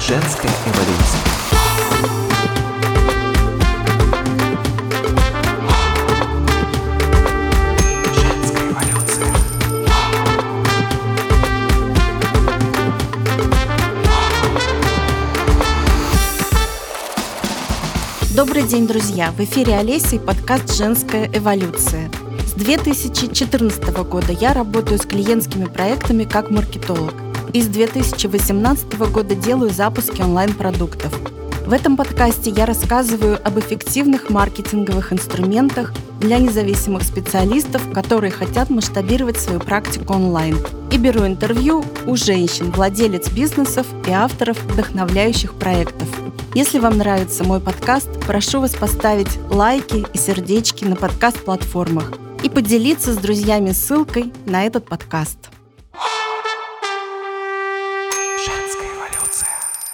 Женская эволюция. Женская эволюция. Добрый день, друзья! В эфире Олеся и подкаст «Женская эволюция». С 2014 года я работаю с клиентскими проектами как маркетолог. И с 2018 года делаю запуски онлайн-продуктов. В этом подкасте я рассказываю об эффективных маркетинговых инструментах для независимых специалистов, которые хотят масштабировать свою практику онлайн. И беру интервью у женщин, владелец бизнесов и авторов вдохновляющих проектов. Если вам нравится мой подкаст, прошу вас поставить лайки и сердечки на подкаст-платформах и поделиться с друзьями ссылкой на этот подкаст. Женская эволюция.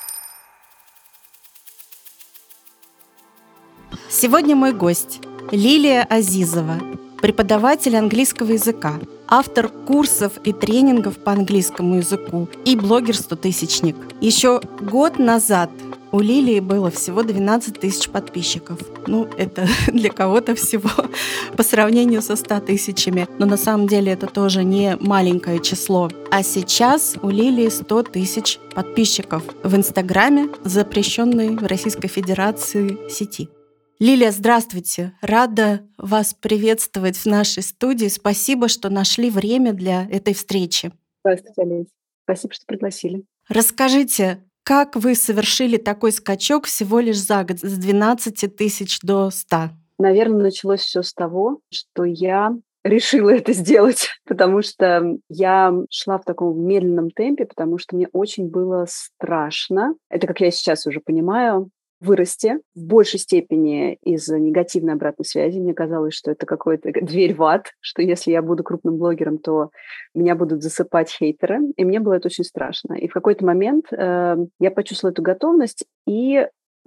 Сегодня мой гость – Лилия Азизова, преподаватель английского языка, автор курсов и тренингов по английскому языку и блогер-стотысячник. Еще год назад у Лилии было всего 12 тысяч подписчиков. Это для кого-то всего по сравнению со 100 тысячами. Но на самом деле это тоже не маленькое число. А сейчас у Лилии 100 тысяч подписчиков в Инстаграме, запрещенной в Российской Федерации сети. Лилия, здравствуйте! Рада вас приветствовать в нашей студии. Спасибо, что нашли время для этой встречи. Здравствуйте, Олеся. Спасибо, что пригласили. Расскажите, как вы совершили такой скачок всего лишь за год, с 12 тысяч до 100? Наверное, началось все с того, что я решила это сделать, потому что я шла в таком медленном темпе, потому что мне очень было страшно. Это, как я сейчас уже понимаю, вырасти в большей степени из-за негативной обратной связи. Мне казалось, что это какая-то дверь в ад, что если я буду крупным блогером, то меня будут засыпать хейтеры. И мне было это очень страшно. И в какой-то момент я почувствовала эту готовность и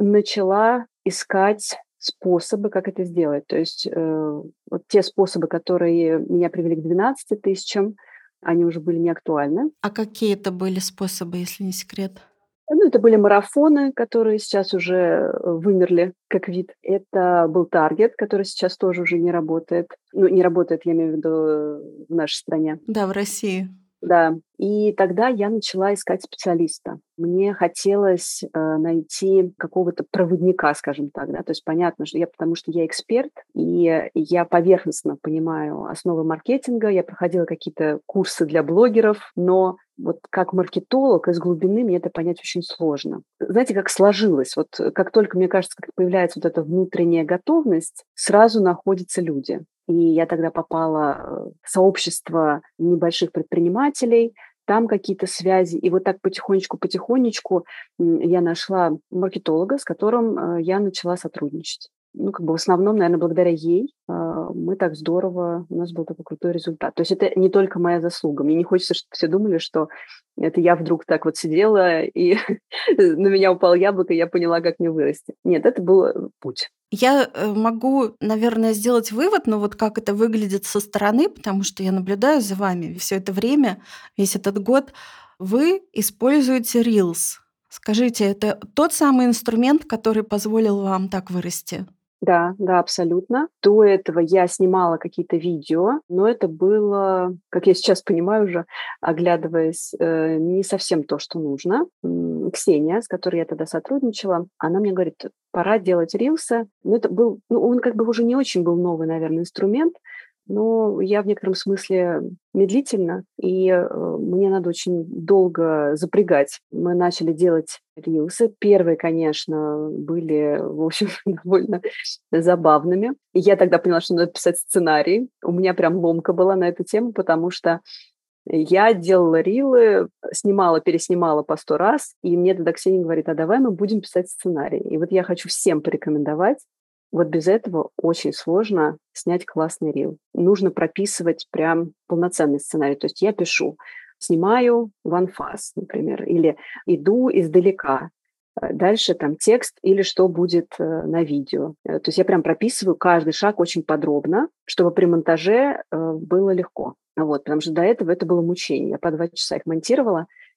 начала искать способы, как это сделать. То есть вот те способы, которые меня привели к 12 тысячам, они уже были не актуальны. А какие это были способы, если не секрет? Это были марафоны, которые сейчас уже вымерли как вид. Это был таргет, который сейчас тоже уже не работает. Не работает, я имею в виду, в нашей стране. Да, в России. Да. И тогда я начала искать специалиста. Мне хотелось найти какого-то проводника, скажем так, да, то есть понятно, что потому что я эксперт, и я поверхностно понимаю основы маркетинга, я проходила какие-то курсы для блогеров, но вот как маркетолог из глубины мне это понять очень сложно. Знаете, как сложилось? Вот как только, мне кажется, как появляется вот эта внутренняя готовность, сразу находятся люди. И я тогда попала в сообщество небольших предпринимателей, там какие-то связи. И вот так потихонечку я нашла маркетолога, с которым я начала сотрудничать. В основном, наверное, благодаря ей мы так здорово, у нас был такой крутой результат. То есть это не только моя заслуга. Мне не хочется, чтобы все думали, что это я вдруг так вот сидела, и на меня упало яблоко, и я поняла, как мне вырасти. Нет, это был путь. Я могу, наверное, сделать вывод, но вот как это выглядит со стороны, потому что я наблюдаю за вами все это время, весь этот год. Вы используете Reels. Скажите, это тот самый инструмент, который позволил вам так вырасти? Да, абсолютно. До этого я снимала какие-то видео, но это было, как я сейчас понимаю уже, оглядываясь, не совсем то, что нужно. Ксения, с которой я тогда сотрудничала, она мне говорит, пора делать рилсы. Это был, он уже не очень был новый, наверное, инструмент, но я в некотором смысле медлительно, и мне надо очень долго запрягать. Мы начали делать рилсы. Первые, конечно, были, в общем, довольно забавными. И я тогда поняла, что надо писать сценарий. У меня прям ломка была на эту тему, потому что я делала рилы, снимала, переснимала по 100 раз, и мне тогда Ксения говорит, а давай мы будем писать сценарий. И вот я хочу всем порекомендовать. Вот без этого очень сложно снять классный рил. Нужно прописывать прям полноценный сценарий. То есть я пишу, снимаю one fast, например, или иду издалека. Дальше там текст или что будет на видео. То есть я прям прописываю каждый шаг очень подробно, чтобы при монтаже было легко. Потому что до этого это было мучение. Я по 2 часа их монтировала,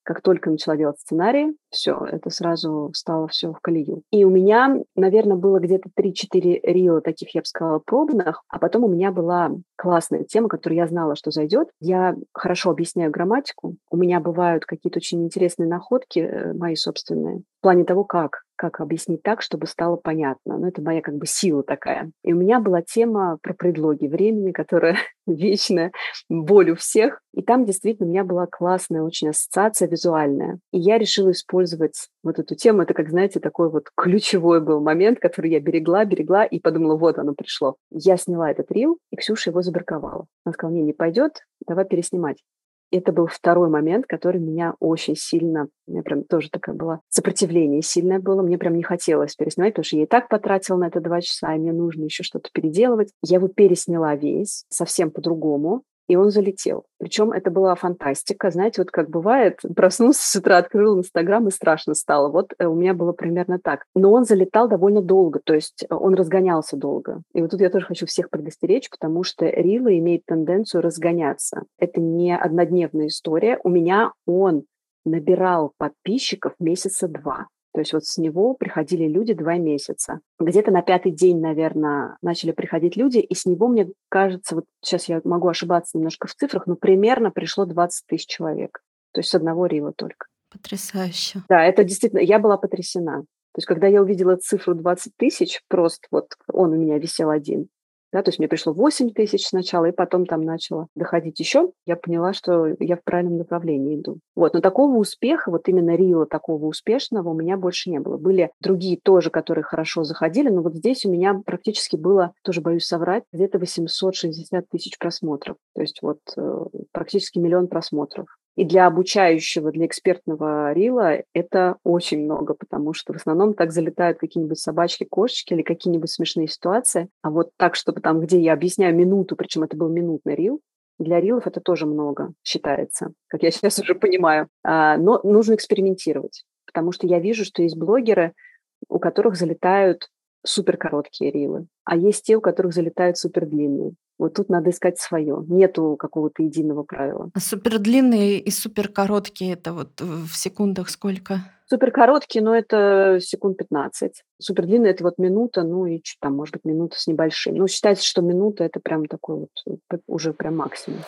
Как только начала делать сценарий, все, это сразу встало все в колею. И у меня, наверное, было где-то 3-4 рила таких, я бы сказала, пробных, а потом у меня была классная тема, которую я знала, что зайдет. Я хорошо объясняю грамматику. У меня бывают какие-то очень интересные находки, мои собственные, в плане того, как объяснить так, чтобы стало понятно. Ну, это моя как бы сила такая. И у меня была тема про предлоги времени, которая вечная, боль у всех. И там действительно у меня была классная очень ассоциация визуальная. И я решила использовать вот эту тему. Это, как знаете, такой вот ключевой был момент, который я берегла и подумала, вот оно пришло. Я сняла этот рил, и Ксюша его забраковала. Она сказала, не пойдет, давай переснимать. Это был второй момент, который меня очень сильно, у меня прям тоже такое было сопротивление сильное было, мне прям не хотелось переснимать, потому что я и так потратила на это 2 часа, и мне нужно еще что-то переделывать. Я его пересняла весь, совсем по-другому, и он залетел. Причем это была фантастика. Знаете, вот как бывает, проснулся с утра, открыл Инстаграм и страшно стало. Вот у меня было примерно так. Но он залетал довольно долго, то есть он разгонялся долго. И вот тут я тоже хочу всех предостеречь, потому что рилы имеют тенденцию разгоняться. Это не однодневная история. У меня он набирал подписчиков месяца 2. То есть вот с него приходили люди 2 месяца. Где-то на 5-й день, наверное, начали приходить люди, и с него, мне кажется, вот сейчас я могу ошибаться немножко в цифрах, но примерно пришло 20 000 человек. То есть с одного рила только. Потрясающе. Да, это действительно, я была потрясена. То есть когда я увидела цифру 20 000, просто вот он у меня висел один, да, то есть мне пришло 8 000 сначала, и потом там начало доходить еще. Я поняла, что я в правильном направлении иду. Вот, но такого успеха, вот именно рила такого успешного у меня больше не было. Были другие тоже, которые хорошо заходили, но вот здесь у меня практически было, тоже боюсь соврать, где-то 860 000 просмотров. То есть вот практически 1 000 000 просмотров. И для обучающего, для экспертного рила это очень много, потому что в основном так залетают какие-нибудь собачки, кошечки или какие-нибудь смешные ситуации. А вот так, чтобы там, где я объясняю минуту, причем это был минутный рил, для рилов это тоже много считается, как я сейчас уже понимаю. Но нужно экспериментировать, потому что я вижу, что есть блогеры, у которых залетают суперкороткие рилы, а есть те, у которых залетают супердлинные. Вот тут надо искать свое. Нету какого-то единого правила. А супердлинные и суперкороткие — это вот в секундах сколько? Суперкороткие, но это секунд 15. Супердлинные — это вот минута, ну и чуть там, может быть, минута с небольшим. Ну, считается, что минута — это прям такой вот уже прям максимум.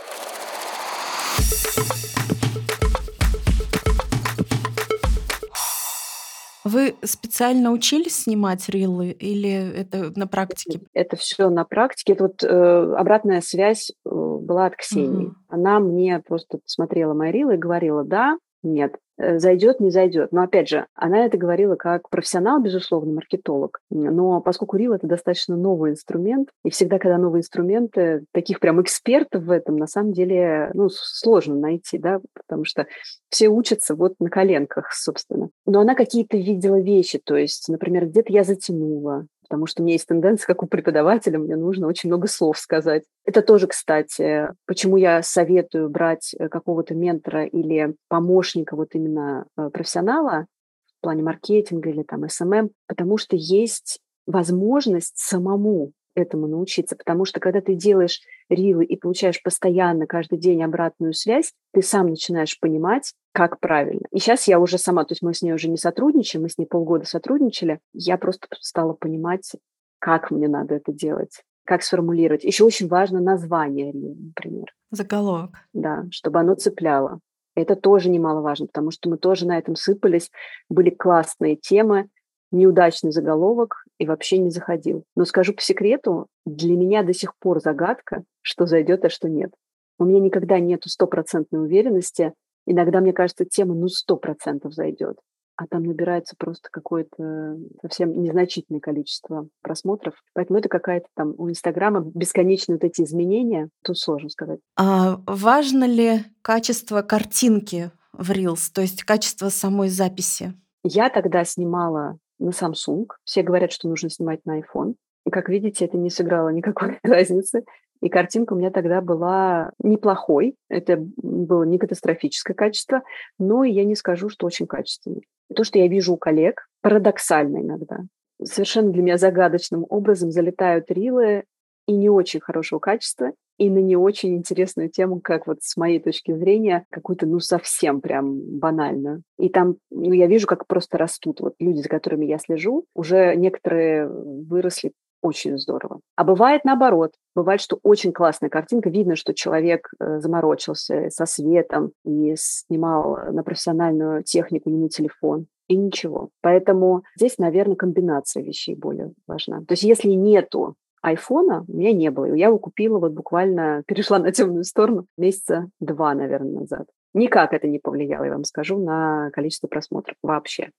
Вы специально учились снимать рилы или это на практике? Это все на практике. Это вот обратная связь была от Ксении. Мгм. Она мне просто смотрела мои рилы и говорила: да, нет, зайдет, не зайдет. Но опять же, она это говорила как профессионал, безусловно, маркетолог. Но поскольку рил — это достаточно новый инструмент, и всегда, когда новые инструменты, таких прям экспертов в этом на самом деле, ну, сложно найти, да, потому что все учатся вот на коленках, собственно. Но она какие-то видела вещи, то есть, например, где-то я затянула, потому что у меня есть тенденция, как у преподавателя, мне нужно очень много слов сказать. Это тоже, кстати, почему я советую брать какого-то ментора или помощника вот именно профессионала в плане маркетинга или там СММ, потому что есть возможность самому этому научиться, потому что когда ты делаешь рилы и получаешь постоянно каждый день обратную связь, ты сам начинаешь понимать, как правильно. И сейчас я уже сама, то есть мы с ней уже не сотрудничаем, мы с ней полгода сотрудничали, я просто стала понимать, как мне надо это делать, как сформулировать. Еще очень важно название рила, например. Заголовок. Да, чтобы оно цепляло. Это тоже немаловажно, потому что мы тоже на этом сыпались, были классные темы, неудачный заголовок и вообще не заходил. Но скажу по секрету, для меня до сих пор загадка, что зайдет, а что нет. У меня никогда нету стопроцентной уверенности. Иногда, мне кажется, тема 100% зайдет, а там набирается просто какое-то совсем незначительное количество просмотров. Поэтому это какая-то там у Инстаграма бесконечные вот эти изменения. Тут сложно сказать. А важно ли качество картинки в Reels, то есть качество самой записи? Я тогда снимала на Samsung. Все говорят, что нужно снимать на iPhone. И, как видите, это не сыграло никакой разницы. И картинка у меня тогда была неплохой. Это было не катастрофическое качество, но и я не скажу, что очень качественное. То, что я вижу у коллег, парадоксально иногда. Совершенно для меня загадочным образом залетают рилы и не очень хорошего качества, и на не очень интересную тему, как вот с моей точки зрения, какую-то, совсем прям банальную. И там, я вижу, как просто растут вот люди, за которыми я слежу, уже некоторые выросли очень здорово. А бывает наоборот. Бывает, что очень классная картинка. Видно, что человек заморочился со светом и снимал на профессиональную технику, не на телефон. И ничего. Поэтому здесь, наверное, комбинация вещей более важна. То есть если нету айфона, у меня не было. Я его купила вот буквально, перешла на темную сторону месяца 2, наверное, назад. Никак это не повлияло, я вам скажу, на количество просмотров вообще.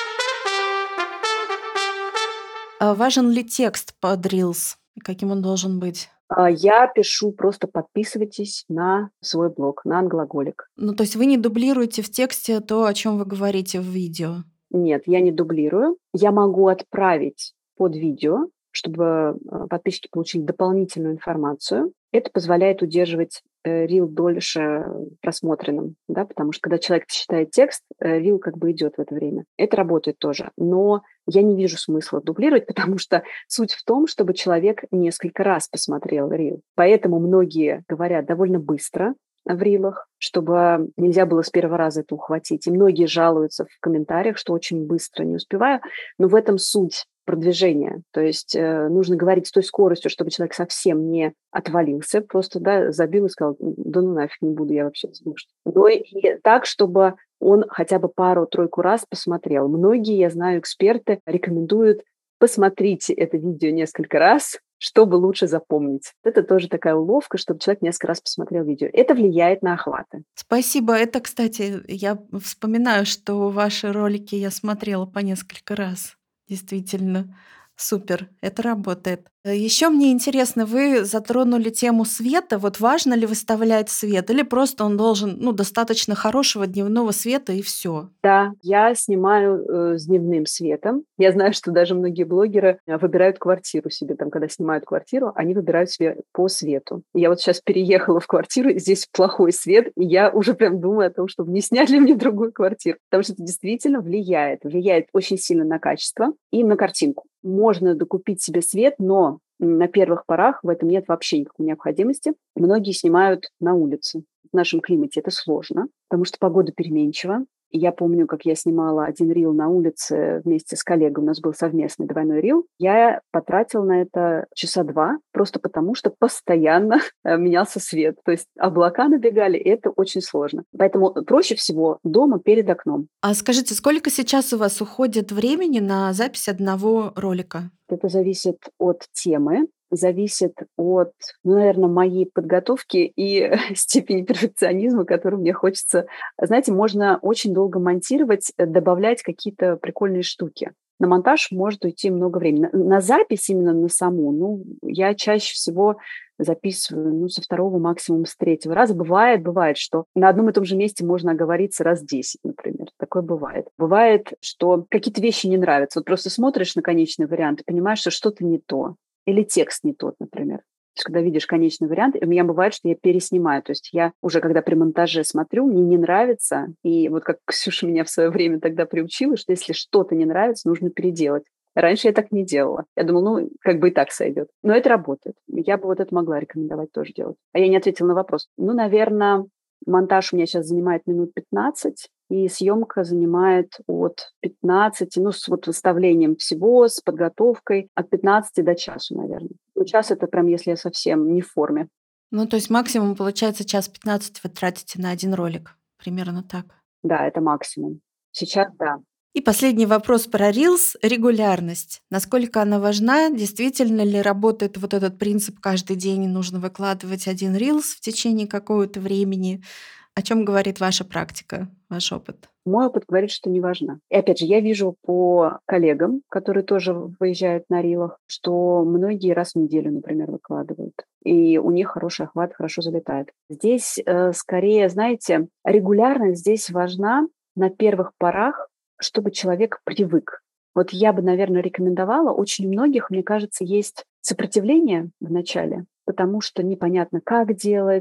А важен ли текст под Reels? И каким он должен быть? Я пишу просто подписывайтесь на свой блог, на Англоголик. То есть вы не дублируете в тексте то, о чем вы говорите в видео? Нет, я не дублирую. Я могу отправить под видео, чтобы подписчики получили дополнительную информацию. Это позволяет удерживать рил дольше просмотренным, да, потому что когда человек читает текст, рил как бы идет в это время. Это работает тоже. Но я не вижу смысла дублировать, потому что суть в том, чтобы человек несколько раз посмотрел рил. Поэтому многие говорят довольно быстро в рилах, чтобы нельзя было с первого раза это ухватить. И многие жалуются в комментариях, что очень быстро не успеваю. Но в этом суть продвижения. То есть нужно говорить с той скоростью, чтобы человек совсем не отвалился, просто забил и сказал, да ну нафиг, не буду я вообще слушать. Но и так, чтобы он хотя бы пару-тройку раз посмотрел. Многие, я знаю, эксперты рекомендуют посмотрите это видео несколько раз, чтобы лучше запомнить. Это тоже такая уловка, чтобы человек несколько раз посмотрел видео. Это влияет на охваты. Спасибо. Это, кстати, я вспоминаю, что ваши ролики я смотрела по несколько раз. Действительно, супер, это работает. Еще мне интересно, вы затронули тему света. Вот важно ли выставлять свет или просто он должен, достаточно хорошего дневного света и все? Да, я снимаю с дневным светом. Я знаю, что даже многие блогеры выбирают квартиру себе, там, когда снимают квартиру, они выбирают себе по свету. Я вот сейчас переехала в квартиру, и здесь плохой свет, и я уже прям думаю о том, чтобы не снять ли мне другую квартиру, потому что это действительно влияет очень сильно на качество и на картинку. Можно докупить себе свет, но на первых порах в этом нет вообще никакой необходимости. Многие снимают на улице. В нашем климате это сложно, потому что погода переменчива. И я помню, как я снимала один рил на улице вместе с коллегой. У нас был совместный двойной рил. Я потратила на это часа 2, просто потому что постоянно менялся свет. То есть облака набегали, и это очень сложно. Поэтому проще всего дома перед окном. А скажите, сколько сейчас у вас уходит времени на запись одного ролика? Это зависит от темы, зависит от, наверное, моей подготовки и степени перфекционизма, которую мне хочется. Знаете, можно очень долго монтировать, добавлять какие-то прикольные штуки. На монтаж может уйти много времени. На запись именно на саму, я чаще всего записываю, со 2-го, максимум с 3-го раза. Бывает, что на одном и том же месте можно оговориться раз 10, например. Такое бывает. Бывает, что какие-то вещи не нравятся. Вот просто смотришь на конечный вариант и понимаешь, что что-то не то. Или текст не тот, например. То есть, когда видишь конечный вариант, у меня бывает, что я переснимаю. То есть я уже, когда при монтаже смотрю, мне не нравится. И вот как Ксюша меня в свое время тогда приучила, что если что-то не нравится, нужно переделать. Раньше я так не делала. Я думала, как бы и так сойдет. Но это работает. Я бы вот это могла рекомендовать тоже делать. А я не ответила на вопрос. Наверное, монтаж у меня сейчас занимает минут 15, и съемка занимает от 15, с выставлением всего, с подготовкой, от 15 до часа, наверное. Час это прям, если я совсем не в форме. То есть максимум, получается, 1:15 вы тратите на один ролик. Примерно так. Да, это максимум. Сейчас да. И последний вопрос про Reels – регулярность. Насколько она важна? Действительно ли работает вот этот принцип «каждый день нужно выкладывать один Reels в течение какого-то времени»? О чем говорит ваша практика, ваш опыт? Мой опыт говорит, что не важно. И опять же, я вижу по коллегам, которые тоже выезжают на рилах, что многие раз в неделю, например, выкладывают. И у них хороший охват, хорошо залетает. Здесь скорее, знаете, регулярность здесь важна на первых порах, чтобы человек привык. Вот я бы, наверное, рекомендовала. Очень у многих, мне кажется, есть сопротивление в начале, потому что непонятно, как делать,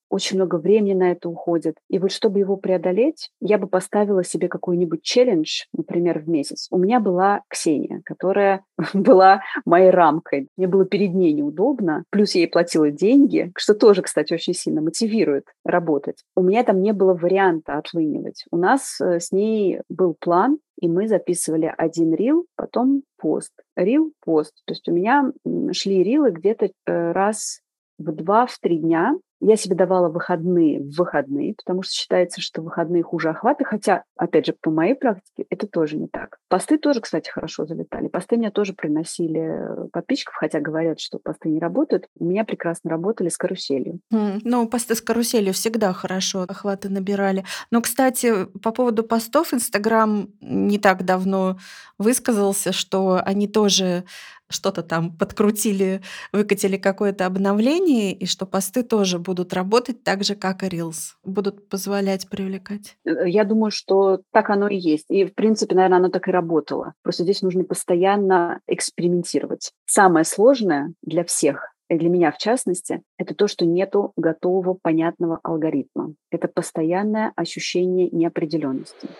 очень много времени на это уходит. И вот чтобы его преодолеть, я бы поставила себе какой-нибудь челлендж, например, в месяц. У меня была Ксения, которая была моей рамкой. Мне было перед ней неудобно, плюс я ей платила деньги, что тоже, кстати, очень сильно мотивирует работать. У меня там не было варианта отлынивать. У нас с ней был план, и мы записывали один рил, потом пост. Рил, пост. То есть у меня шли рилы где-то раз в 2-3 дня. Я себе давала выходные в выходные, потому что считается, что в выходные хуже охваты, хотя, опять же, по моей практике это тоже не так. Посты тоже, кстати, хорошо залетали. Посты мне тоже приносили подписчиков, хотя говорят, что посты не работают. У меня прекрасно работали с каруселью. Ну, посты с каруселью всегда хорошо охваты набирали. Но, кстати, по поводу постов Инстаграм не так давно высказался, что они тоже что-то там подкрутили, выкатили какое-то обновление, и что посты тоже будут работать так же, как и Reels. Будут позволять привлекать. Я думаю, что так оно и есть. И, в принципе, наверное, оно так и работало. Просто здесь нужно постоянно экспериментировать. Самое сложное для всех, и для меня в частности, это то, что нету готового, понятного алгоритма. Это постоянное ощущение неопределенности.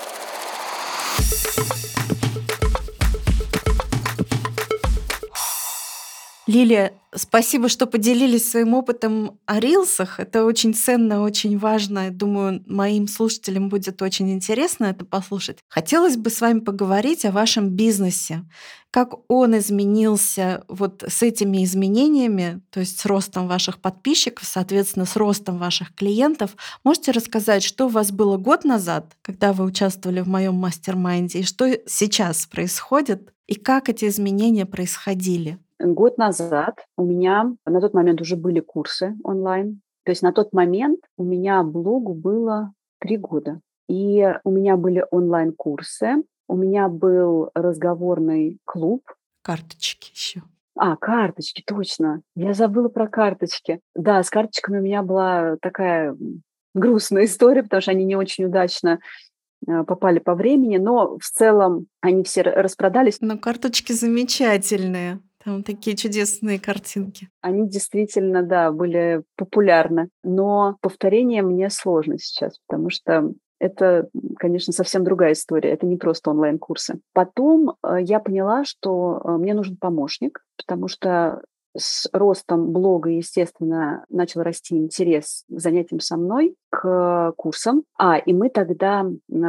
Лилия, спасибо, что поделились своим опытом о рилсах. Это очень ценно, очень важно. Думаю, моим слушателям будет очень интересно это послушать. Хотелось бы с вами поговорить о вашем бизнесе. Как он изменился вот с этими изменениями, то есть с ростом ваших подписчиков, соответственно, с ростом ваших клиентов. Можете рассказать, что у вас было год назад, когда вы участвовали в моем мастер-майнде, и что сейчас происходит, и как эти изменения происходили? Год назад у меня на тот момент уже были курсы онлайн. То есть на тот момент у меня блогу было 3 года. И у меня были онлайн-курсы, у меня был разговорный клуб. Карточки еще. Карточки, точно. Я забыла про карточки. Да, с карточками у меня была такая грустная история, потому что они не очень удачно попали по времени, но в целом они все распродались. Но карточки замечательные. Там такие чудесные картинки. Они действительно, да, были популярны. Но повторение мне сложно сейчас, потому что это, конечно, совсем другая история. Это не просто онлайн-курсы. Потом я поняла, что мне нужен помощник, потому что с ростом блога, естественно, начал расти интерес к занятиям со мной, к курсам. И мы тогда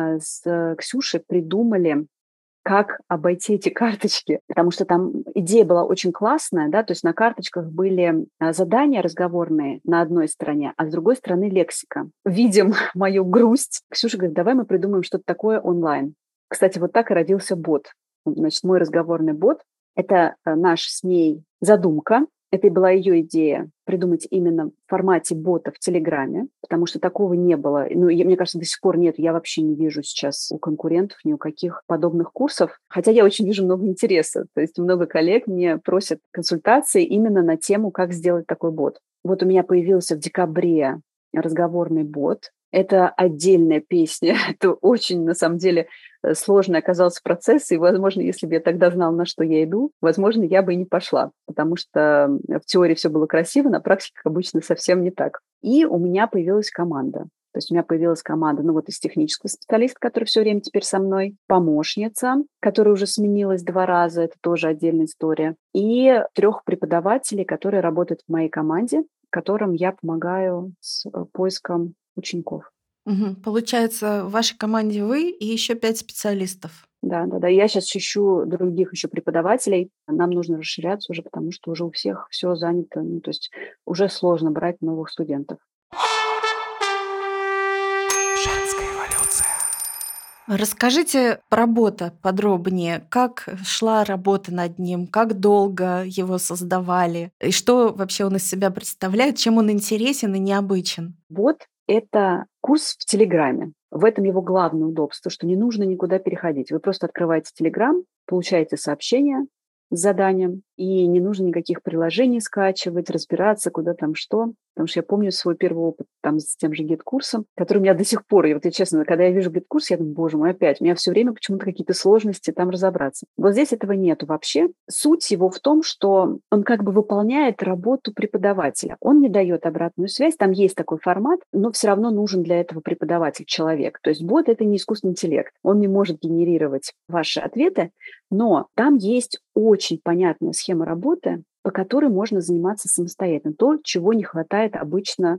с Ксюшей придумали, как обойти эти карточки, потому что там идея была очень классная, да, то есть на карточках были задания разговорные на одной стороне, а с другой стороны лексика. Видим мою грусть. Ксюша говорит, давай мы придумаем что-то такое онлайн. Кстати, вот так и родился бот. Значит, мой разговорный бот – это наша с ней задумка. Это и была ее идея придумать именно в формате бота в Телеграме, потому что такого не было. Мне кажется, до сих пор нет. Я вообще не вижу сейчас у конкурентов ни у каких подобных курсов. Хотя я очень вижу много интереса. То есть много коллег мне просят консультации именно на тему, как сделать такой бот. Вот у меня появился в декабре разговорный бот. Это отдельная песня. Это очень, на самом деле, сложный оказался процесс. И, возможно, если бы я тогда знала, на что я иду, возможно, я бы и не пошла. Потому что в теории все было красиво, на практике обычно совсем не так. И у меня появилась команда. То есть у меня появилась команда, из технического специалиста, который все время теперь со мной, помощница, которая уже сменилась 2 раза, это тоже отдельная история, и 3 преподавателей, которые работают в моей команде, которым я помогаю с поиском учеников. Получается, в вашей команде вы и еще 5 специалистов. Да. Я сейчас ищу других еще преподавателей. Нам нужно расширяться уже, потому что уже у всех все занято. То есть уже сложно брать новых студентов. Женская эволюция. Расскажите про бота подробнее. Как шла работа над ним? Как долго его создавали? И что вообще он из себя представляет? Чем он интересен и необычен? Бот – это курс в Телеграме. В этом его главное удобство, что не нужно никуда переходить. Вы просто открываете Телеграм, получаете сообщение с заданием, и не нужно никаких приложений скачивать, разбираться, куда там что. Потому что я помню свой первый опыт там с тем же гид-курсом, который у меня до сих пор, и вот я честно, когда я вижу гид-курс, я думаю, боже мой, опять, у меня все время почему-то какие-то сложности там разобраться. Вот здесь этого нету вообще. Суть его в том, что он как бы выполняет работу преподавателя. Он не дает обратную связь, там есть такой формат, но все равно нужен для этого преподаватель, человек. То есть бот — это не искусственный интеллект. Он не может генерировать ваши ответы, но там есть очень понятная схема работы, по которой можно заниматься самостоятельно. То, чего не хватает обычно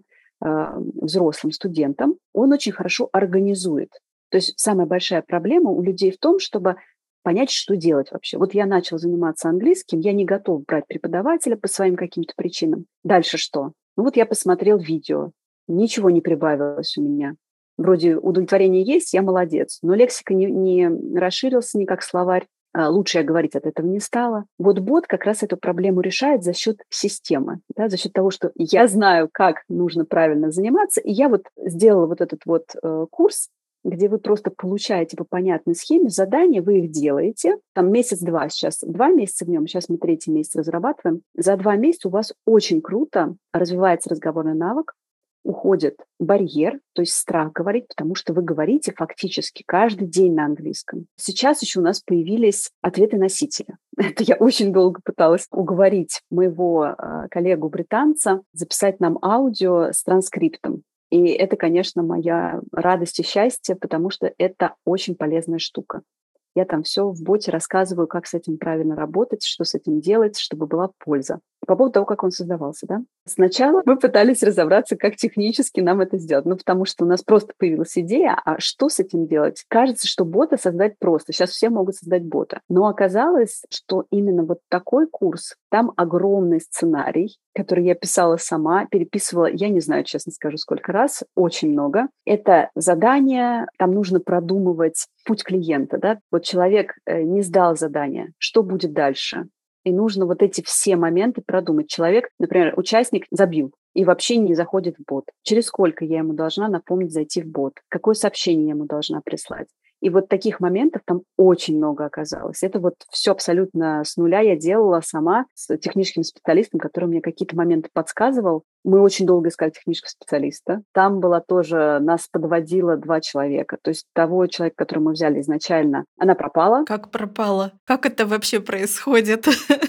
взрослым студентам, он очень хорошо организует. То есть самая большая проблема у людей в том, чтобы понять, что делать вообще. Вот я начал заниматься английским, я не готов брать преподавателя по своим каким-то причинам. Дальше что? Ну вот я посмотрел видео, ничего не прибавилось у меня. Вроде удовлетворение есть, я молодец, но лексика не расширился ни как словарь, лучше я говорить от этого не стала. Вот бот как раз эту проблему решает за счет системы, да, за счет того, что я знаю, как нужно правильно заниматься, и я вот сделала вот этот вот курс, где вы просто получаете по понятной схеме задания, вы их делаете, там месяц-два, сейчас 2 месяца в нем, сейчас мы 3-й месяц разрабатываем, за 2 месяца у вас очень круто развивается разговорный навык, уходит барьер, то есть страх говорить, потому что вы говорите фактически каждый день на английском. Сейчас еще у нас появились ответы носителя. Это я очень долго пыталась уговорить моего коллегу-британца записать нам аудио с транскриптом. И это, конечно, моя радость и счастье, потому что это очень полезная штука. Я там все в боте рассказываю, как с этим правильно работать, что с этим делать, чтобы была польза. По поводу того, как он создавался, да? Сначала мы пытались разобраться, как технически нам это сделать. Ну, потому что у нас просто появилась идея, а что с этим делать? Кажется, что бота создать просто. Сейчас все могут создать бота. Но оказалось, что именно вот такой курс, там огромный сценарий, который я писала сама, переписывала, я не знаю, честно скажу, сколько раз, очень много. Это задание, там нужно продумывать путь клиента, да? Вот человек не сдал задание, что будет дальше? И нужно вот эти все моменты продумать. Человек, например, участник забил и вообще не заходит в бот. Через сколько я ему должна напомнить зайти в бот? Какое сообщение я ему должна прислать? И вот таких моментов там очень много оказалось. Это вот все абсолютно с нуля я делала сама с техническим специалистом, который мне какие-то моменты подсказывал. Мы очень долго искали технического специалиста. Там была тоже, нас подводило 2 человека. То есть того человека, которого мы взяли изначально, она пропала. Как пропала? Как это вообще происходит?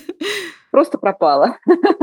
Просто пропала.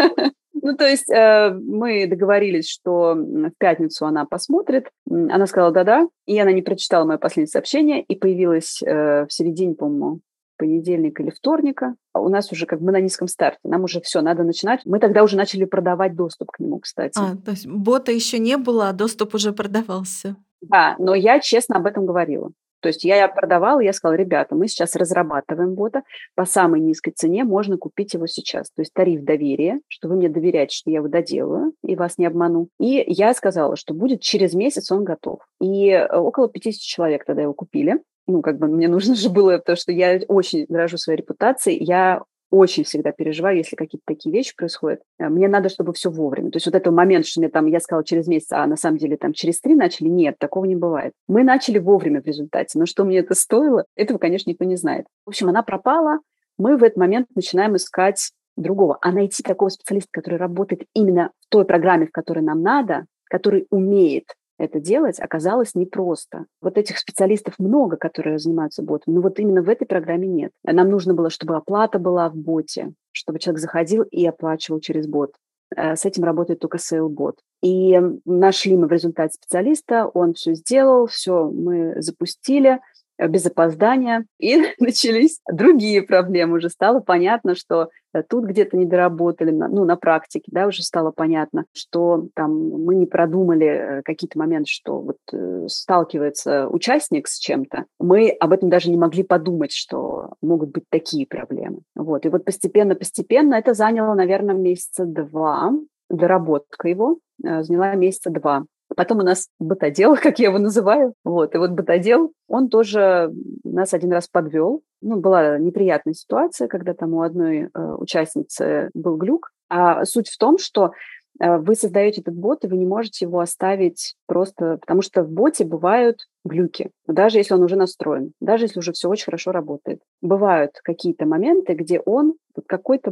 Ну, то есть мы договорились, что в пятницу она посмотрит. Она сказала «да-да», и она не прочитала мое последнее сообщение, и появилась в середине, по-моему, понедельника или вторника. А у нас уже как бы на низком старте. Нам уже все, надо начинать. Мы тогда уже начали продавать доступ к нему, кстати. То есть бота еще не было, а доступ уже продавался. Да, но я честно об этом говорила. То есть я продавала, я сказала, ребята, мы сейчас разрабатываем бота, по самой низкой цене можно купить его сейчас. То есть тариф доверия, что вы мне доверяете, что я его доделаю и вас не обману. И я сказала, что будет через месяц он готов. И около 50 человек тогда его купили. Ну, как бы мне нужно же было, потому что я очень дорожу своей репутацией, я очень всегда переживаю, если какие-то такие вещи происходят. Мне надо, чтобы все вовремя. То есть вот этот момент, что мне там, я сказала через месяц, а на самом деле там через 3 начали, нет, такого не бывает. Мы начали вовремя в результате, но что мне это стоило, этого, конечно, никто не знает. В общем, она пропала, мы в этот момент начинаем искать другого. А найти такого специалиста, который работает именно в той программе, в которой нам надо, который умеет это делать, оказалось непросто. Вот этих специалистов много, которые занимаются ботом, но вот именно в этой программе нет. Нам нужно было, чтобы оплата была в боте, чтобы человек заходил и оплачивал через бот. С этим работает только SailBot. И нашли мы в результате специалиста, он все сделал, все мы запустили без опоздания, и начались другие проблемы. Уже стало понятно, что тут где-то не доработали, ну, на практике, да, уже стало понятно, что там мы не продумали какие-то моменты, что вот сталкивается участник с чем-то. Мы об этом даже не могли подумать, что могут быть такие проблемы. Вот. И вот постепенно это заняло, наверное, месяца 2, доработка его заняла месяца 2. Потом у нас ботодел, как я его называю. Вот. И вот ботодел, он тоже нас один раз подвел. Ну, была неприятная ситуация, когда там у одной участницы был глюк. А суть в том, что вы создаете этот бот, и вы не можете его оставить просто, потому что в боте бывают глюки, даже если он уже настроен, даже если уже все очень хорошо работает. Бывают какие-то моменты, где он, вот какой-то баг.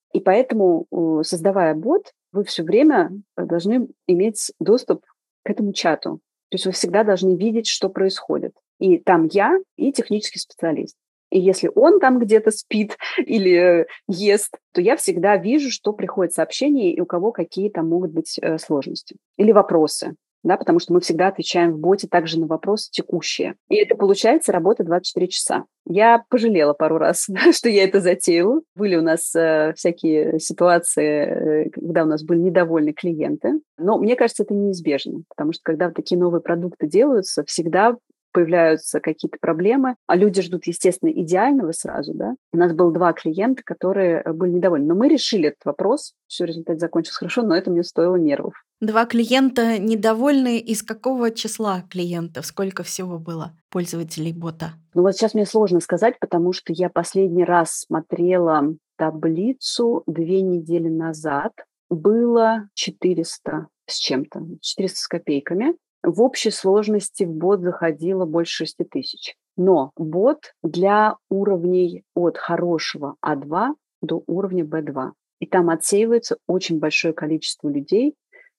И поэтому, создавая бот, вы все время должны иметь доступ к этому чату. То есть вы всегда должны видеть, что происходит. И там я, и технический специалист. И если он там где-то спит или ест, то я всегда вижу, что приходит сообщение и у кого какие там могут быть сложности или вопросы. Да, потому что мы всегда отвечаем в боте также на вопросы текущие. И это получается работа 24 часа. Я пожалела пару раз, что я это затеяла. Были у нас всякие ситуации, когда у нас были недовольны клиенты. Но мне кажется, это неизбежно, потому что когда такие новые продукты делаются, всегда появляются какие-то проблемы, а люди ждут, естественно, идеального сразу, да. У нас было 2 клиента, которые были недовольны. Но мы решили этот вопрос, все, результат закончился хорошо, но это мне стоило нервов. 2 клиента недовольны. Из какого числа клиентов? Сколько всего было пользователей бота? Ну вот сейчас мне сложно сказать, потому что я последний раз смотрела таблицу 2 недели назад. Было 400 с чем-то, 400 с копейками. В общей сложности в бот заходило больше 6000. Но бот для уровней от хорошего А2 до уровня Б2. И там отсеивается очень большое количество людей,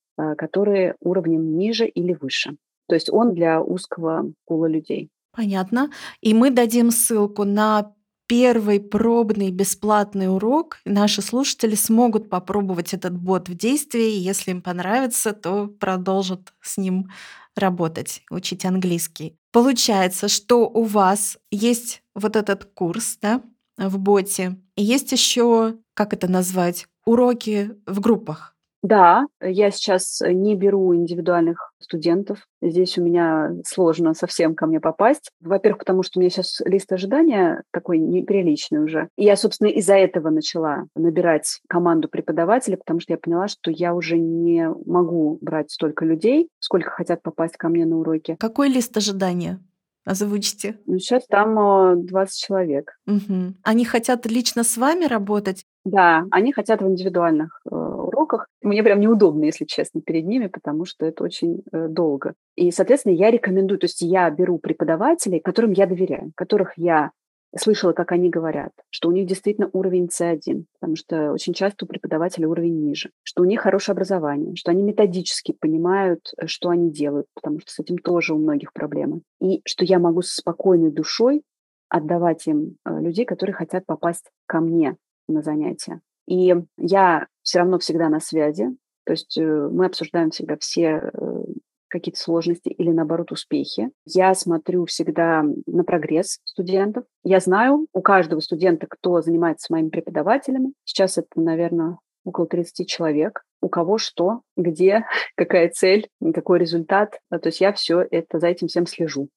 которые уровнем ниже или выше. То есть он для узкого пула людей. Понятно. И мы дадим ссылку на первый пробный бесплатный урок. Наши слушатели смогут попробовать этот бот в действии. Если им понравится, то продолжат с ним работать, учить английский. Получается, что у вас есть вот этот курс, да, в боте, и есть еще, как это назвать, уроки в группах. Да, я сейчас не беру индивидуальных студентов. Здесь у меня сложно совсем ко мне попасть. Во-первых, потому что у меня сейчас лист ожидания такой неприличный уже. И я, собственно, из-за этого начала набирать команду преподавателей, потому что я поняла, что я уже не могу брать столько людей, сколько хотят попасть ко мне на уроки. Какой лист ожидания? Озвучьте. Ну, сейчас там 20 человек. Мгм. Они хотят лично с вами работать? Да, они хотят в индивидуальных уроках. Мне прям неудобно, если честно, перед ними, потому что это очень долго. И, соответственно, я рекомендую, то есть я беру преподавателей, которым я доверяю, которых я слышала, как они говорят, что у них действительно уровень C1, потому что очень часто у преподавателя уровень ниже, что у них хорошее образование, что они методически понимают, что они делают, потому что с этим тоже у многих проблемы. И что я могу со спокойной душой отдавать им людей, которые хотят попасть ко мне на занятия. И я все равно всегда на связи, то есть мы обсуждаем всегда все какие-то сложности или, наоборот, успехи. Я смотрю всегда на прогресс студентов. Я знаю у каждого студента, кто занимается с моими преподавателями. Сейчас это, наверное, около 30 человек. У кого что, где, какая цель, какой результат. То есть я все это, за этим всем слежу.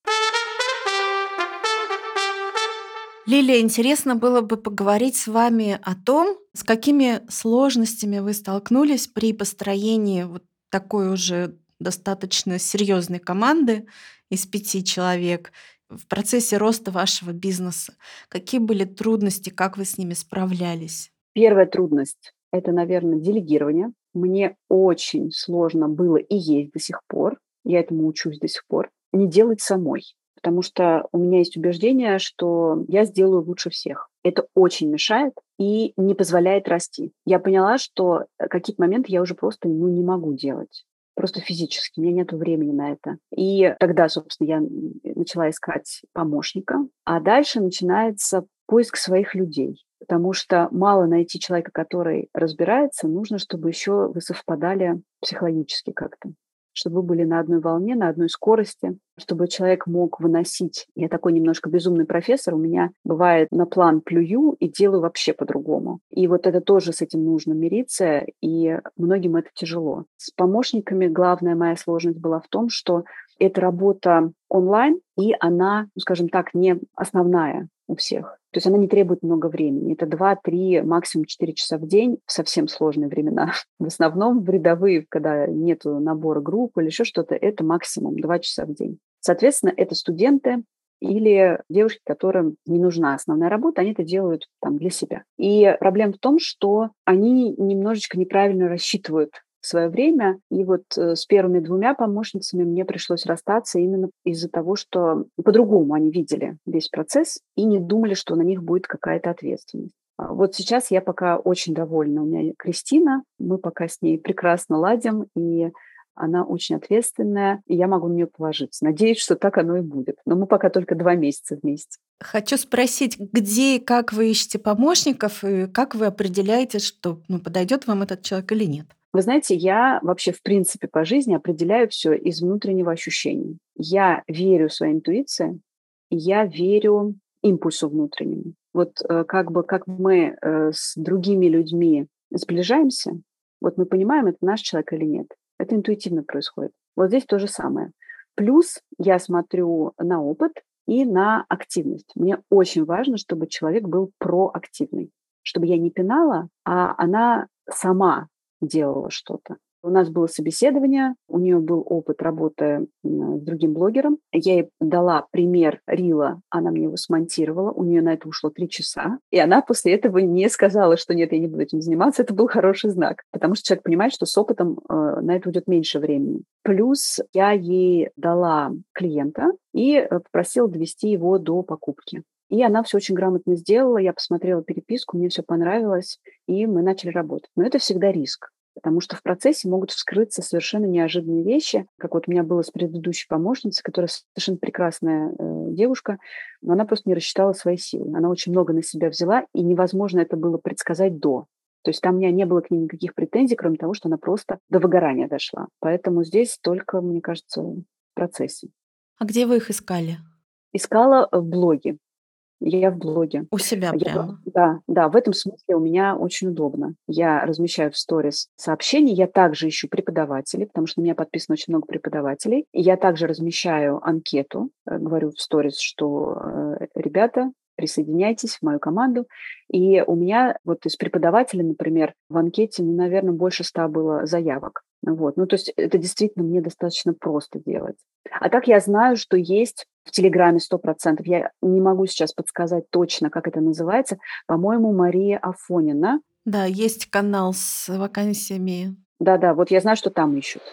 Лилия, интересно было бы поговорить с вами о том, с какими сложностями вы столкнулись при построении вот такой уже достаточно серьезной команды из 5 человек в процессе роста вашего бизнеса. Какие были трудности, как вы с ними справлялись? Первая трудность – это, наверное, делегирование. Мне очень сложно было и есть до сих пор, я этому учусь до сих пор, не делать самой. Потому что у меня есть убеждение, что я сделаю лучше всех. Это очень мешает и не позволяет расти. Я поняла, что какие-то моменты я уже просто не могу делать. Просто физически. У меня нет времени на это. И тогда, собственно, я начала искать помощника. А дальше начинается поиск своих людей. Потому что мало найти человека, который разбирается, нужно, чтобы еще вы совпадали психологически как-то, чтобы вы были на одной волне, на одной скорости, чтобы человек мог выносить. Я такой немножко безумный профессор, у меня бывает на план плюю и делаю вообще по-другому. И вот это тоже с этим нужно мириться, и многим это тяжело. С помощниками главная моя сложность была в том, что это работа онлайн, и она, скажем так, не основная у всех. То есть она не требует много времени. Это 2-3, максимум 4 часа в день в совсем сложные времена. В основном в рядовые, когда нет набора групп или еще что-то, это максимум 2 часа в день. Соответственно, это студенты или девушки, которым не нужна основная работа, они это делают там для себя. И проблема в том, что они немножечко неправильно рассчитывают свое время. И вот с первыми 2 помощницами мне пришлось расстаться именно из-за того, что по-другому они видели весь процесс и не думали, что на них будет какая-то ответственность. Вот сейчас я пока очень довольна. У меня Кристина, мы пока с ней прекрасно ладим, и она очень ответственная, и я могу на нее положиться. Надеюсь, что так оно и будет. Но мы пока только 2 месяца вместе. Хочу спросить, где и как вы ищете помощников, и как вы определяете, что подойдет вам этот человек или нет? Вы знаете, я вообще в принципе по жизни определяю все из внутреннего ощущения. Я верю своей интуиции, и я верю импульсу внутреннему. Вот как мы с другими людьми сближаемся, вот мы понимаем, это наш человек или нет. Это интуитивно происходит. Вот здесь то же самое. Плюс я смотрю на опыт и на активность. Мне очень важно, чтобы человек был проактивный, чтобы я не пинала, а она сама делала что-то. У нас было собеседование, у нее был опыт работы с другим блогером. Я ей дала пример рила, она мне его смонтировала, у нее на это ушло 3 часа. И она после этого не сказала, что нет, я не буду этим заниматься. Это был хороший знак, потому что человек понимает, что с опытом на это уйдет меньше времени. Плюс я ей дала клиента и попросила довести его до покупки. И она все очень грамотно сделала, я посмотрела переписку, мне все понравилось, и мы начали работать. Но это всегда риск, потому что в процессе могут вскрыться совершенно неожиданные вещи, как вот у меня было с предыдущей помощницей, которая совершенно прекрасная девушка, но она просто не рассчитала свои силы. Она очень много на себя взяла, и невозможно это было предсказать до. То есть там у меня не было к ней никаких претензий, кроме того, что она просто до выгорания дошла. Поэтому здесь только, мне кажется, в процессе. А где вы их искали? Искала в блоге. Я в блоге. У себя прямо? Да, в этом смысле у меня очень удобно. Я размещаю в сторис сообщения, я также ищу преподавателей, потому что на меня подписано очень много преподавателей. И я также размещаю анкету, говорю в сторис, что ребята, присоединяйтесь в мою команду. И у меня вот из преподавателей, например, в анкете, наверное, больше 100 было заявок. Вот. То есть это действительно мне достаточно просто делать. А так я знаю, что есть в Телеграме 100%. Я не могу сейчас подсказать точно, как это называется. По-моему, Мария Афонина. Да, есть канал с вакансиями. Да, вот я знаю, что там ищут.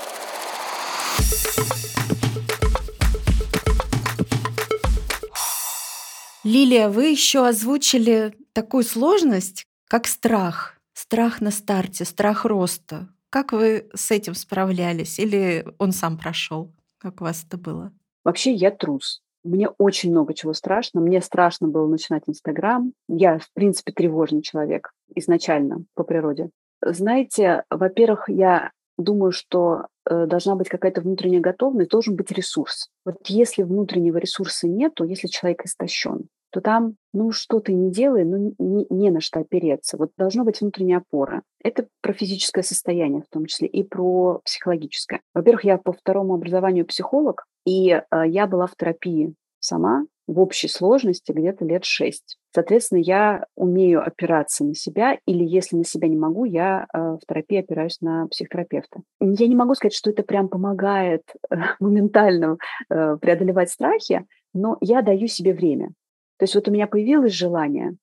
Лилия, вы еще озвучили такую сложность, как страх. Страх на старте, страх роста. Как вы с этим справлялись? Или он сам прошел? Как у вас это было? Вообще я трус. Мне очень много чего страшно. Мне страшно было начинать Инстаграм. Я, в принципе, тревожный человек изначально по природе. Знаете, во-первых, я думаю, что должна быть какая-то внутренняя готовность, должен быть ресурс. Вот если внутреннего ресурса нету, если человек истощен, то там, что ты не делай, не на что опереться. Вот должна быть внутренняя опора. Это про физическое состояние в том числе и про психологическое. Во-первых, я по второму образованию психолог, и я была в терапии сама в общей сложности где-то лет 6. Соответственно, я умею опираться на себя, или если на себя не могу, я в терапии опираюсь на психотерапевта. Я не могу сказать, что это прям помогает моментально преодолевать страхи, но я даю себе время. То есть вот у меня появилось желание,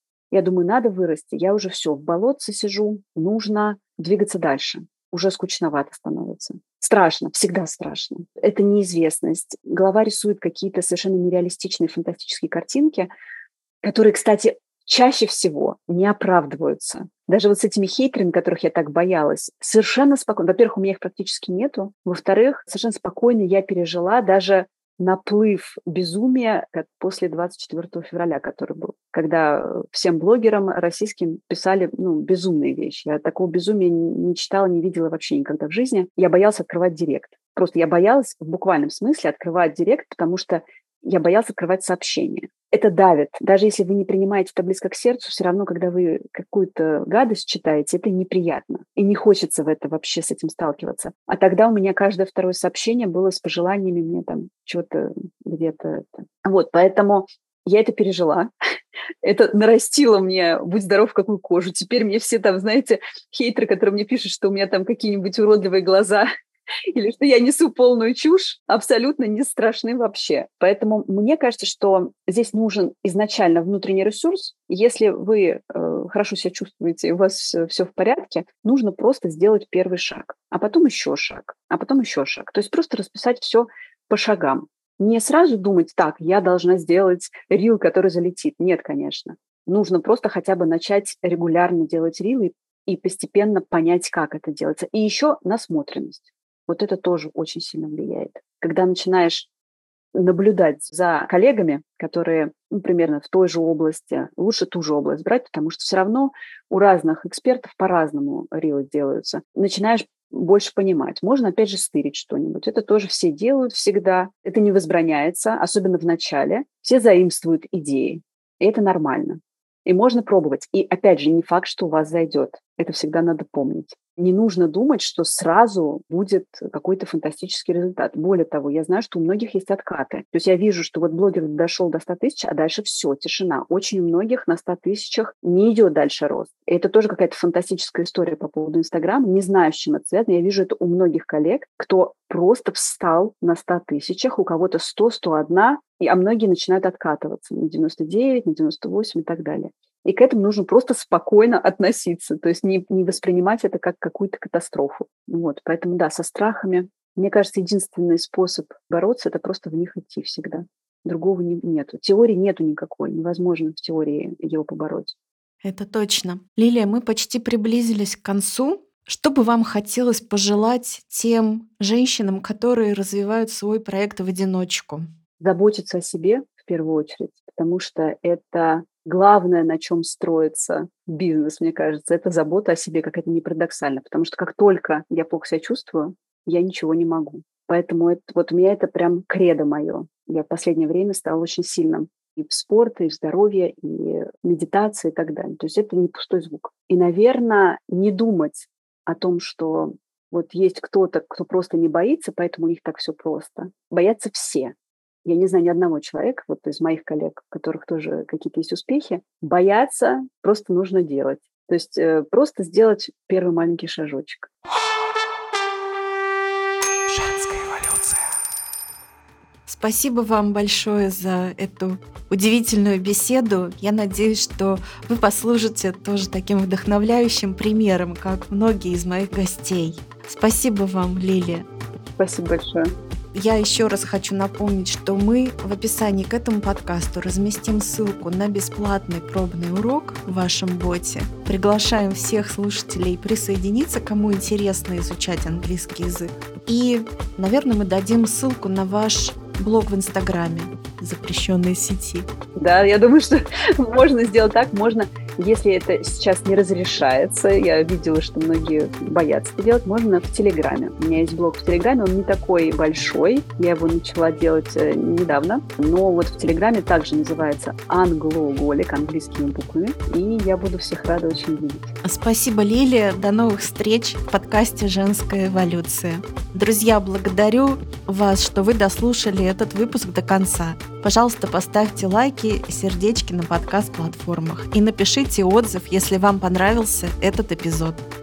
я думаю, надо вырасти, я уже все, в болотце сижу, нужно двигаться дальше. Уже скучновато становится. Страшно, всегда страшно. Это неизвестность. Голова рисует какие-то совершенно нереалистичные, фантастические картинки, которые, кстати, чаще всего не оправдываются. Даже вот с этими хейтерами, которых я так боялась, совершенно спокойно. Во-первых, у меня их практически нету. Во-вторых, совершенно спокойно я пережила даже наплыв безумия, как после 24 февраля, который был, когда всем блогерам российским писали безумные вещи. Я такого безумия не читала, не видела вообще никогда в жизни. Я боялась открывать директ. Просто я боялась в буквальном смысле открывать директ, потому что я боялась открывать сообщения. Это давит. Даже если вы не принимаете это близко к сердцу, все равно, когда вы какую-то гадость читаете, это неприятно. И не хочется в это вообще с этим сталкиваться. А тогда у меня каждое второе сообщение было с пожеланиями мне там что-то где-то. Вот, поэтому я это пережила. Это нарастило мне, будь здоров, какую кожу. Теперь мне все там, знаете, хейтеры, которые мне пишут, что у меня там какие-нибудь уродливые глаза, или что я несу полную чушь, абсолютно не страшны вообще. Поэтому мне кажется, что здесь нужен изначально внутренний ресурс. Если вы хорошо себя чувствуете, и у вас все в порядке, нужно просто сделать первый шаг, а потом еще шаг, а потом еще шаг. То есть просто расписать все по шагам. Не сразу думать, так, я должна сделать рил, который залетит. Нет, конечно. Нужно просто хотя бы начать регулярно делать рилы и постепенно понять, как это делается. И еще насмотренность. Вот это тоже очень сильно влияет. Когда начинаешь наблюдать за коллегами, которые примерно в той же области, лучше ту же область брать, потому что все равно у разных экспертов по-разному рилы делаются. Начинаешь больше понимать. Можно, опять же, стырить что-нибудь. Это тоже все делают всегда. Это не возбраняется, особенно в начале. Все заимствуют идеи. И это нормально. И можно пробовать. И, опять же, не факт, что у вас зайдет. Это всегда надо помнить. Не нужно думать, что сразу будет какой-то фантастический результат. Более того, я знаю, что у многих есть откаты. То есть я вижу, что вот блогер дошел до 100 тысяч, а дальше все, тишина. Очень у многих на 100 тысячах не идет дальше рост. И это тоже какая-то фантастическая история по поводу Инстаграма. Не знаю, с чем это связано. Я вижу это у многих коллег, кто просто встал на 100 тысячах, у кого-то 100, 101, а многие начинают откатываться на 99, на 98 и так далее. И к этому нужно просто спокойно относиться, то есть не воспринимать это как какую-то катастрофу. Вот, поэтому, да, со страхами, мне кажется, единственный способ бороться – это просто в них идти всегда. Другого нету. Теории нету никакой, невозможно в теории его побороть. Это точно. Лилия, мы почти приблизились к концу. Что бы вам хотелось пожелать тем женщинам, которые развивают свой проект в одиночку? Заботиться о себе в первую очередь, потому что это главное, на чем строится бизнес, мне кажется, это забота о себе, как это ни парадоксально. Потому что как только я плохо себя чувствую, я ничего не могу. Поэтому вот у меня это прям кредо мое. Я в последнее время стала очень сильным и в спорте, и в здоровье, и в медитации и так далее. То есть это не пустой звук. И, наверное, не думать о том, что вот есть кто-то, кто просто не боится, поэтому у них так все просто. Боятся все. Я не знаю ни одного человека, вот из моих коллег, у которых тоже какие-то есть успехи, бояться просто нужно делать. То есть просто сделать первый маленький шажочек. Женская эволюция. Спасибо вам большое за эту удивительную беседу. Я надеюсь, что вы послужите тоже таким вдохновляющим примером, как многие из моих гостей. Спасибо вам, Лилия. Спасибо большое. Я еще раз хочу напомнить, что мы в описании к этому подкасту разместим ссылку на бесплатный пробный урок в вашем боте. Приглашаем всех слушателей присоединиться, кому интересно изучать английский язык. И, наверное, мы дадим ссылку на ваш блог в Инстаграме, запрещенной сети. Да, я думаю, что можно сделать так, можно, если это сейчас не разрешается, я видела, что многие боятся это делать, можно в Телеграме. У меня есть блог в Телеграме, он не такой большой, я его начала делать недавно, но вот в Телеграме также называется «Англоголик», английскими буквами, и я буду всех рада очень видеть. Спасибо, Лилия, до новых встреч в подкасте «Женская эволюция». Друзья, благодарю вас, что вы дослушали этот выпуск до конца. Пожалуйста, поставьте лайки, сердечки на подкаст-платформах и напишите отзыв, если вам понравился этот эпизод.